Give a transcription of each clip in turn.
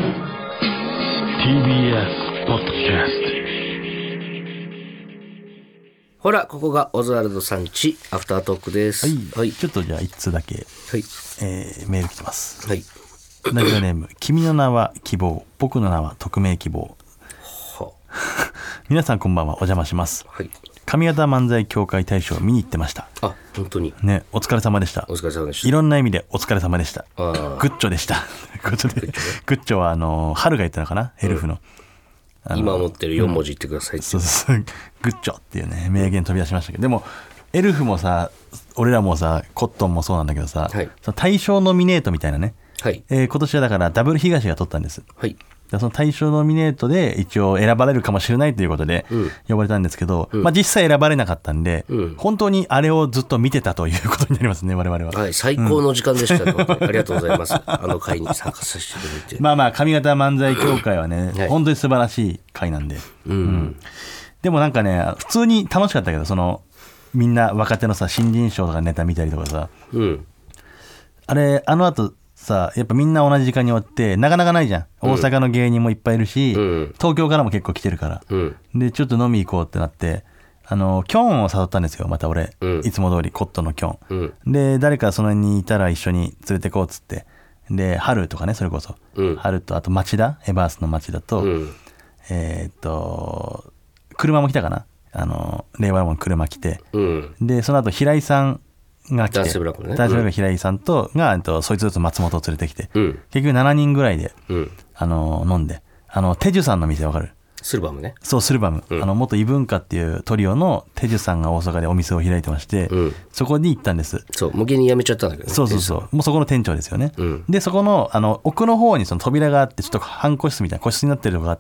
TBS ポッドキャスト。 ほら、ここがオズワルドさんちアフタートークです。 はい、ちょっとじゃあ1通だけ、 はいメール来てます。 はい。 ラジオネーム君の名は希望、僕の名は匿名希望。皆さんこんばんは、お邪魔します。 はい。 上方漫才協会大賞を見に行ってました。 あ、本当にね、お疲れ様でした。 お疲れ様でした。 いろんな意味でお疲れ様でした。 あーグッチョでした。グッチョは春が言ったのかな、エルフの。 今持ってる4文字言ってくださいって。 そうそう、グッチョっていうね名言飛び出しましたけど、でもエルフもさ、俺らもさ、コットンもそうなんだけどさ、 はいその大賞ノミネートみたいなね、 はい今年はだからダブル東が取ったんです。 はいでその大賞ノミネートで一応選ばれるかもしれないということで呼ばれたんですけど、まあ、実際選ばれなかったんで、本当にあれをずっと見てたということになりますね、我々は。 はい、最高の時間でしたの、ありがとうございます。あの会に参加させていただいて。 まあまあ上方漫才協会はね、 はい本当に素晴らしい会なんで、でもなんかね、普通に楽しかったけど、そのみんな若手のさ新人賞とかネタ見たりとかさ、あれあの後さ、やっぱみんな同じ時間に終わってなかなかないじゃん。大阪の芸人もいっぱいいるし、東京からも結構来てるから、でちょっと飲み行こうってなって、キョンを誘ったんですよ、また俺、いつも通りコットンのキョン、で誰かその辺にいたら一緒に連れてこうっつって、で春とかね、それこそ、春とあと町田、エバースの町田と、車も来たかな、令和ロマン車来て、でその後平井さんが来て、 男性ブラックね、 男性ブラック平井さんとが、そいつと松本を連れてきて、結局7人ぐらいで、飲んで、テジュさんの店わかる？ スルバムね。 そう、スルバム、元異文化っていうトリオのテジュさんが大阪でお店を開いてまして、そこに行ったんです。 そう、無限に辞めちゃったんだけどね。 そうそうそう、もうそこの店長ですよね、でそこの奥の方にその扉があって、ちょっと半個室みたいな個室になってるとこがあって、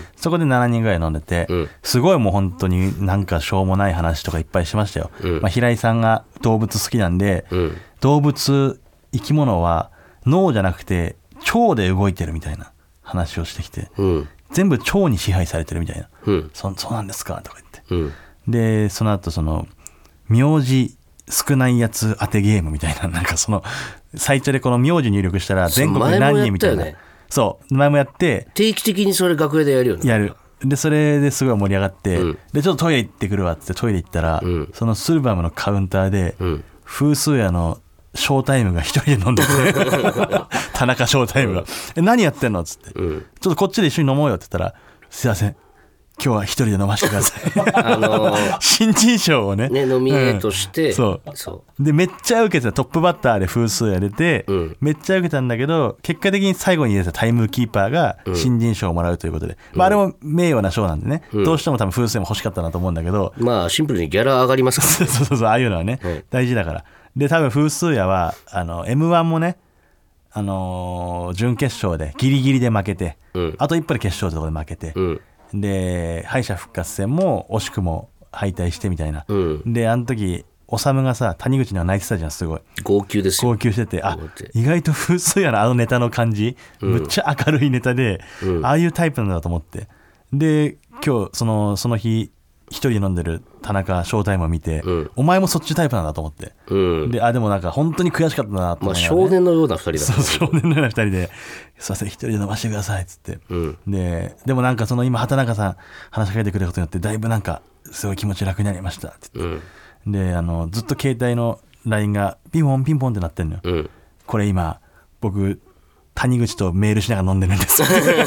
そこで7人ぐらい飲んでて、すごいもう本当になんかしょうもない話とかいっぱいしましたよ、まあ、平井さんが動物好きなんで、動物生き物は脳じゃなくて腸で動いてるみたいな話をしてきて、全部腸に支配されてるみたいな、そうなんですかとか言って、でその後その名字少ないやつ当てゲームみたいな、なんかそのサイトでこの名字入力したら全国で何人みたいな、そう前もやって、 定期的にそれ楽屋でやるよね。 やる。でそれですごい盛り上がって、でちょっとトイレ行ってくるわっつってトイレ行ったら、そのスルバムのカウンターで、風数屋のショータイムが一人で飲んでて田中ショータイムが何やってんのっつって、ちょっとこっちで一緒に飲もうよって言ったら、すいません今日は一人で飲ませてください新人賞をねノミネートして、 そうでめっちゃ受けてた、トップバッターで風数やれて、めっちゃ受けたんだけど、結果的に最後に入れたタイムキーパーが新人賞をもらうということで、まあ、あれも名誉な賞なんでね、どうしても多分風数も欲しかったなと思うんだけど、 まあシンプルにギャラ上がりますからねそうああいうのはね、大事だから。で多分風数屋はM1 もね、準決勝でギリギリで負けて、あと一歩で決勝ってところで負けて、で敗者復活戦も惜しくも敗退してみたいな、であの時修がさ、谷口には泣いてたじゃん、すごい号泣ですよ。 号泣してて、あ意外と風水やな、ネタの感じ、むっちゃ明るいネタで、ああいうタイプなんだと思って、で今日その日一人で飲んでる田中ショータイムを見て、お前もそっちタイプなんだと思って、でもなんか本当に悔しかったなと思いながら、ね、 少年のような2人だった、 少年のような2人で、すいません一人で飲ませてくださいっつって、でもなんかその今畑中さん話しかけてくれることによってだいぶなんかすごい気持ち楽になりましたって言って、でずっと携帯の LINE がピンポンピンポンってなってんのよ、これ今僕谷口とメールしながら飲んでるんです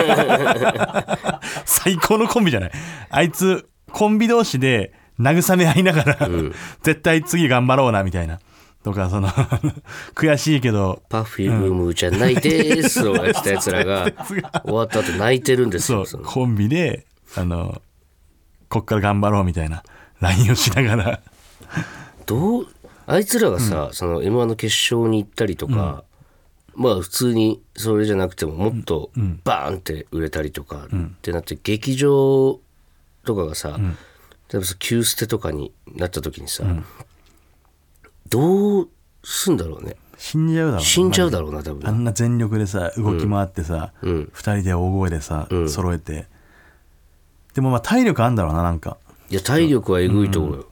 最高のコンビじゃない？あいつコンビ同士で慰め合いながら、絶対次頑張ろうなみたいなとか、その悔しいけどパフュームじゃないですをやってたやつらが終わった後泣いてるんですよ。 そうコンビでこっから頑張ろうみたいな LINE をしながらあいつらがさ、その M1 の決勝に行ったりとか、まあ普通にそれじゃなくてももっとバーンって売れたりとかってなって、劇場とかがさ、例えば急捨てとかになった時にさ、どうすんだろうね。死んじゃうだろうな多分。 あんな全力でさ動き回ってさ、2人で大声でさ、揃えて、でもまあ体力あんだろうな、なんか。 いや体力はえぐいと思うよ、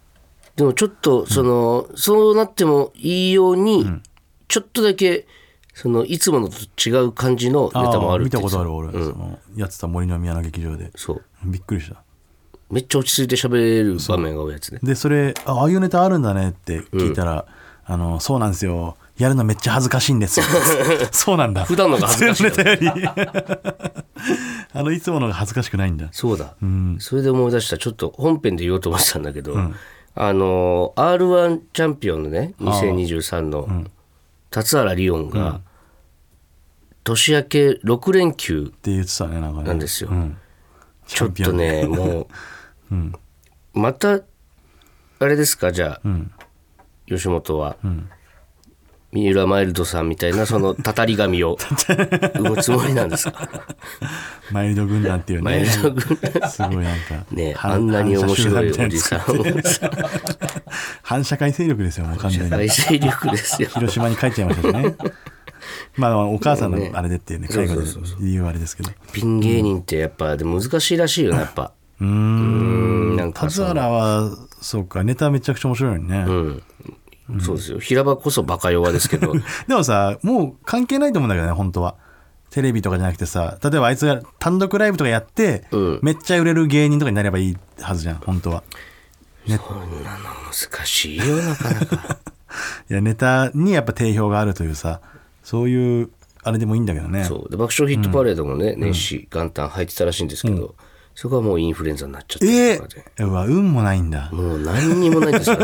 でもちょっとそうなってもいいように、ちょっとだけそのいつものと違う感じのネタもあるって見た言ってことある俺、そのやってた森の宮の劇場でそうびっくりした。 めっちゃ落ち着いて喋れる場面が多いやつね。 でそれああいうネタあるんだねって聞いたら、そうなんですよ、やるのめっちゃ恥ずかしいんですよそうなんだ、 普段のが恥ずかしい普通のネタよりいつものが恥ずかしくないんだ。 そうだ、それで思い出した。ちょっと本編で言おうと思ってたんだけど、R1 チャンピオンのね2023の達原リオンが年明け6連休って言ってたね、なんかね。 なんですよ、ちょっとねもう、またあれですか、じゃあ、吉本は、三浦マイルドさんみたいなそのたたり神を生むつもりなんですかマイルド軍団っていうね、 マイルド軍団すごいなんかね、あんなに面白いおじさんを反社会勢力ですよ、もう完全に。 大勢力ですよ広島に帰っちゃいましたしねまあお母さんのあれでっていうね、介護で理由はあれですけど、 ピン芸人ってやっぱでも難しいらしいよね、やっぱ。なんか田原はそうか、ネタめちゃくちゃ面白いのにね、 そうですよ。平場こそバカ弱ですけどでもさ、もう関係ないと思うんだけどね、本当は。テレビとかじゃなくてさ、例えばあいつが単独ライブとかやって、めっちゃ売れる芸人とかになればいいはずじゃん、本当は。 そんなの難しいよ、なかなかいや、ネタにやっぱ定評があるというさ、そういうあれでもいいんだけどね。 そうで爆笑ヒットパレードもね、年始元旦入ってたらしいんですけど、そこはもうインフルエンザになっちゃってとかで、 うわ、運もないんだ。 もう何にもないんですよ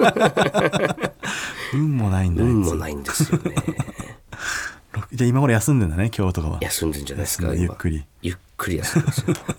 運もないんだ。 運もないんですよねじゃあ今頃休んでんだね、今日とかは。 休んでんじゃないですか、 ゆっくりゆっくり休んでますよなん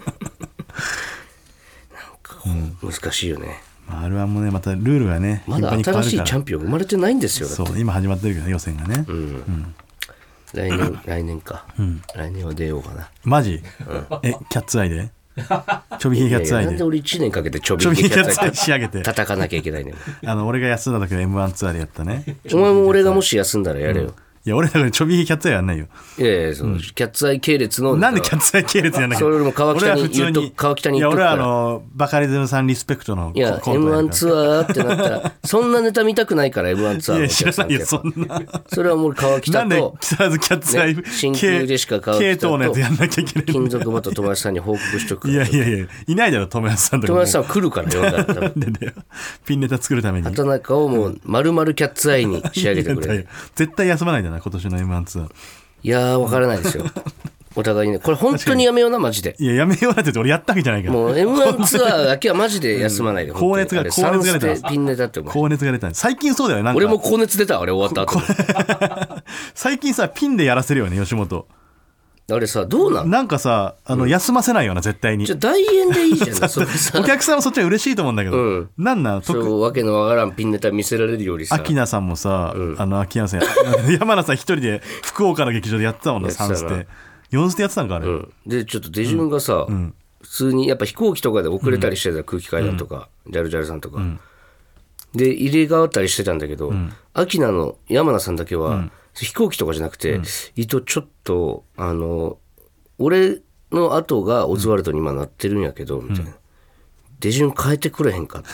かこう難しいよね。 まあ、R1 もね、またルールがね、 まだ新しいチャンピオン生まれてないんですよ。 そう、今始まってるけどね、予選がね。 来年か、来年は出ようかな。 マジ、キャッツアイでちょびひげキャッツアイで。 なんで俺1年かけてちょびひげキャッツアイで仕上げて叩かなきゃいけないね俺が休んだ時の M1 ツアーでやったね。 お前も俺がもし休んだらやれよ。 いや、俺だからちょびひげキャッツアイやんないよ。 いやいや、そのキャッツアイ系列のなんでキャッツアイ系列やんないそれよりも川北に言っとく川北にいや、 言っとく俺からはバカリズムさんリスペクトのいや、 コントやる M1 ツアーってなったら、そんなネタ見たくないから、M1 ツアーのおいや、知客さんってらないよ、そんな。 それはもう川北なんでと、 木更津キャッツアイ、 ね新旧でしか川北系と統のやつやんなきゃいけない。 金属バット友達さんに報告しとくから。 いやいやいや、いないだろ、友達さんとか。 友達さんは来るから、呼んだら多分。 なんでだよ。ピンネタ作るために。 畑中をもう丸々キャッツアイに仕上げてくれ。 絶対休まないんだな、今年の M1 ツアー。 いやー、わからないですよ。お互いにね。これ本当にやめような、マジで。 いや、やめようなって言って俺やったわけじゃないから。 もう M1 ツアーだけはマジで休まないで。 高熱が出た。 サンステピンネタって思う。 高熱が出た。最近そうだよ、なんか。 俺も高熱出た、あれ終わった後に。 最近さ、ピンでやらせるよね、吉本。 あれさ、どうなんなんかさ、休ませないよな、絶対に。 じゃあ大円でいいじゃん、それさ。 お客さんはそっちは嬉しいと思うんだけど。なんそうわけのわからんピンネタ見せられるよりさ。 アキナさんもさ、アキナさん、山名さん一人で福岡の劇場でやってたもんな、3ステ。4ステやってたんか、あれ。 で、ちょっと出順がさ、普通にやっぱ飛行機とかで遅れたりしてた、空気階段とか、ジャルジャルさんとか。で、入れ替わったりしてたんだけど、アキナの山名さんだけは、飛行機とかじゃなくて、ちょっと、俺の後がオズワルドに今なってるんやけど、みたいな。出順変えてくれへんかって。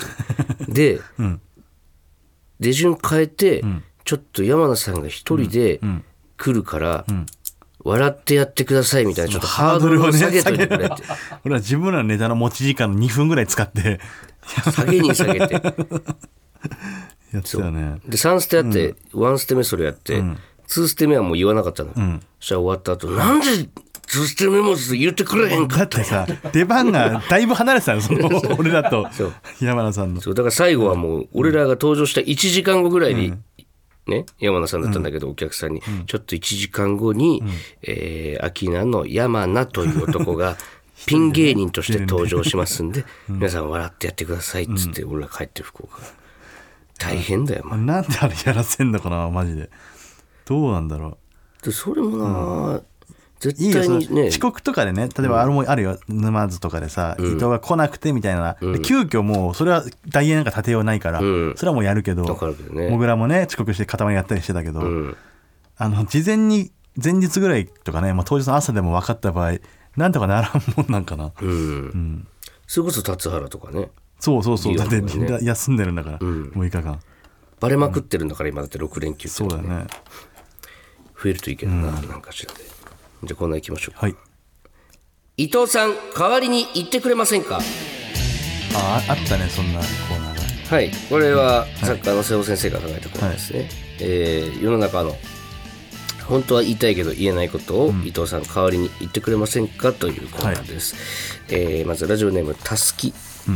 で、出順変えて、ちょっと山名さんが一人で来るから、笑ってやってくださいみたいな、ちょっとハードルを下げといてくれって。 俺は自分らのネタの持ち時間の2分ぐらい使って、 下げに下げて。 やってたよね。 で、3ステやって、1ステ目それやって、2ステ目はもう言わなかったの。そしたら終わった後、なんで2ステ目も言ってくれへんかだってさ、出番がだいぶ離れてたよ、俺らと山名さんの。 そう、だから最後はもう、俺らが登場した1時間後ぐらいに、ね、山名さんだったんだけど、お客さんに、ちょっと1時間後に、アキナの山名という男が、ピン芸人として登場しますんで、皆さん笑ってやってくださいっつって、俺ら帰って福岡。大変だよ、 なんであれやらせんのかな、マジで。どうなんだろう。でそれもな、絶対にね。 遅刻とかでね、例えばあれもあるよ、沼津とかでさ、伊藤が来なくてみたいな。急遽もう、それは大演なんか立てようないから、それはもうやるけど、もぐらもね、遅刻して塊やったりしてたけど、事前に、前日ぐらいとかね、当日の朝でも分かった場合、なんとかならんもんなんかな。 それこそ達原とかね。 そう。だって休んでるんだから、6日間。 バレまくってるんだから、今だって6連休って。 そうだね。 増えるといいけどな、なんかしらで。じゃあこんな行きましょうか。 はい。 伊藤さん代わりに言ってくれませんか。 あったね、そんなコーナーが。 はい、これは作家の瀬尾先生が考えたコーナーですね。世の中の本当は言いたいけど言えないことを伊藤さん代わりに言ってくれませんかというコーナーです。まずラジオネームたすき、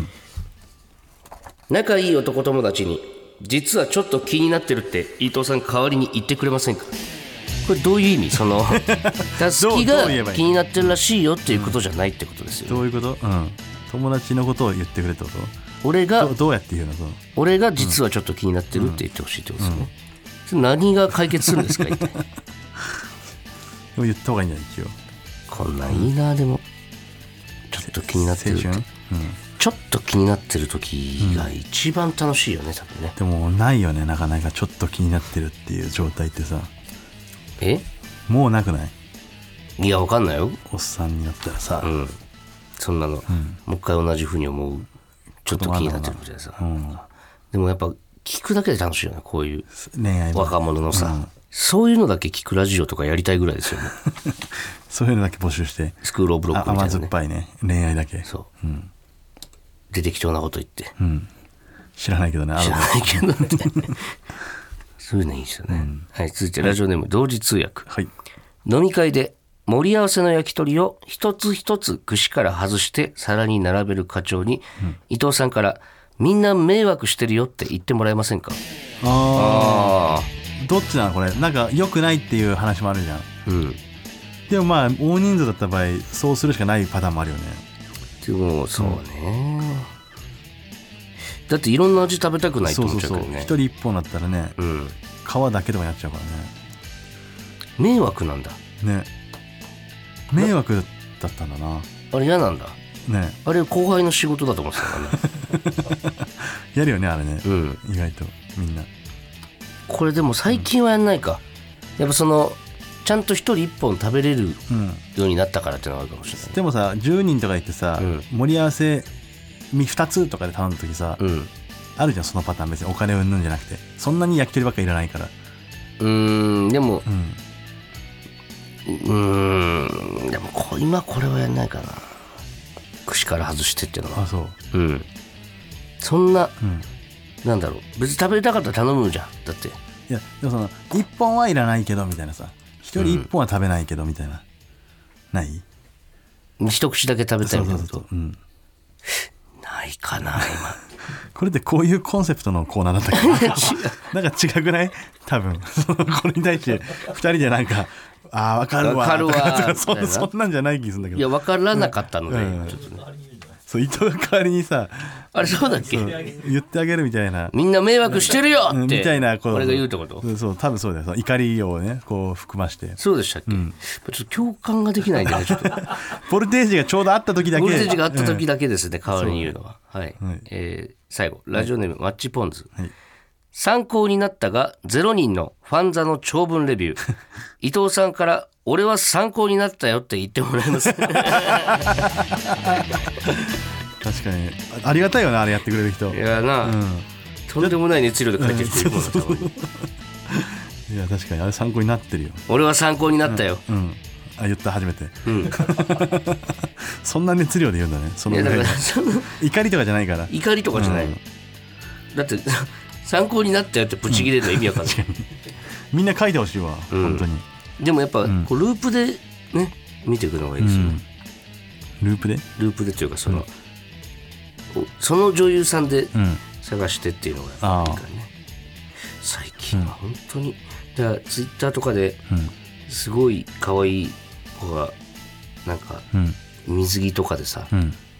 仲いい男友達に実はちょっと気になってるって伊藤さん代わりに言ってくれませんか。これどういう意味。そのたすきが気になってるらしいよっていうことじゃないってことですよね。 どういうこと、友達のことを言ってくれってこと。 俺がどうやって言うの。 俺が実はちょっと気になってるって言ってほしいってことですよね。それ何が解決するんですか一体。 でも言った方がいいんじゃない一応。 こんなんいいな。でもちょっと気になってるって、ちょっと気になってる時が一番楽しいよね、多分ね。 でもないよね、なかなかちょっと気になってるっていう状態ってさ。もうなくない。 いや、わかんないよ、 おっさんになったらさ、 そんなの、もう一回同じ風に思う。ちょっと気になってるみたいなさ、でもやっぱ聞くだけで楽しいよね、こういう恋愛若者のさ、そういうのだけ聞くラジオとかやりたいぐらいですよね。 そういうのだけ募集して、 スクールオブロックみたいな、ね、 甘酸っぱいね、恋愛だけ。 そう、で適当なこと言って、 知らないけどね、 知らないけどね。そういうのいいですよね。はい、続いてラジオネーム同時通訳、飲み会で盛り合わせの焼き鳥を一つ一つ串から外して皿に並べる課長に、伊藤さんからみんな迷惑してるよって言ってもらえませんか。 どっちなのこれ。なんか良くないっていう話もあるじゃん、でもまあ大人数だった場合そうするしかないパターンもあるよね。 でもそうね、だっていろんな味食べたくないと思っちゃうからね。 一人一本だったらね、皮だけとかになっちゃうからね。 迷惑なんだね。迷惑だったんだな。 あれ嫌なんだね。 あれ後輩の仕事だと思ってたからね。 やるよねあれね、意外とみんな。 これでも最近はやんないか、やっぱそのちゃんと一人一本食べれるようになったからっていうのがあるかもしれない、 でもさ10人とか言ってさ、盛り合わせ2つとかで頼んだ時さ、あるじゃんそのパターン。別にお金をうんぬんじゃなくて、そんなに焼き鳥ばっかいらないから。 でも、でも今これはやんないかな、串から外してっていうのは。そんな、なんだろう、別に食べたかったら頼むじゃん。だっていやでもその1本はいらないけどみたいなさ、1人1本は食べないけどみたいな、ない一口だけ食べたいみたいなこと。ないかな今。 これってこういうコンセプトのコーナーだったっけ。なんか違くない。多分これに対して2人でなんか分かるわとかそんなんじゃない気するんだけど。 いや分からなかったので、ちょっとね。 そう伊藤が代わりにさ、 あれそうだっけ、 言ってあげるみたいな。 みんな迷惑してるよってみたいなこれが言うってこと。 そう多分そうだよ。怒りをねこう含まして。 そうでしたっけ、ちょっと共感ができないんでね。ちょっとボルテージがちょうどあった時だけ。 ボルテージがあった時だけですね、代わりに言うのは。はい、最後ラジオネームマッチポンズ、参考になったが0人のファンザの長文レビュー。伊藤さんから俺は参考になったよって言ってもらえます。 確かにありがたいよな、あれやってくれる人。 いやな、とんでもない熱量で書いてる人いるもんな、たまに。 いや確かにあれ参考になってるよ。 俺は参考になったよ、 言った初めて、そんな熱量で言うんだね。そのぐらい怒りとかじゃないから。 怒りとかじゃない、だって参考になったよってプチ切れるの意味わかんない、 みんな書いてほしいわ、本当に。 でもやっぱ、こうループでね見ていくのがいいですよね、 ループでというかその、その女優さんで探してっていうのがいいからね、最近は本当にだからツイッターとかですごい可愛い子がなんか水着とかでさ、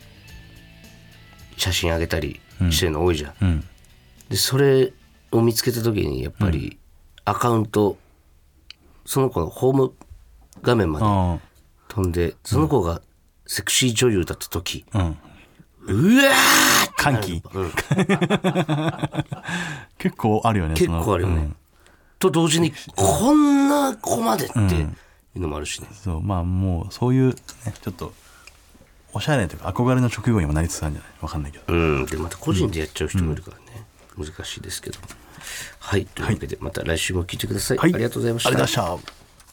写真あげたりしてるの多いじゃん、でそれを見つけた時にやっぱりアカウント、その子のホーム画面まで飛んで、その子がセクシー女優だった時、うわー歓喜、結構あるよね。 結構あるよね、と同時にこんな子までっていうのもあるしね、 そうまあもうそういう、ね、ちょっとおしゃれというか憧れの職業にもなりつつあるんじゃない、分かんないけど、 でまた個人でやっちゃう人もいるからね、難しいですけど。はい、というわけでまた来週も聞いてください、ありがとうございました。 ありがとうございました。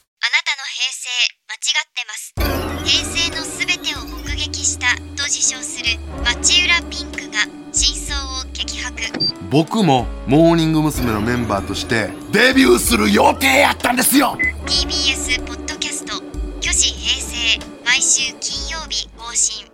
ってます。平成のすべてを目撃したと自称する町浦ピンクが真相を激白。 僕もモーニング娘。のメンバーとしてデビューする予定やったんですよ。 TBS ポッドキャスト、巨子平成、毎週金曜日更新。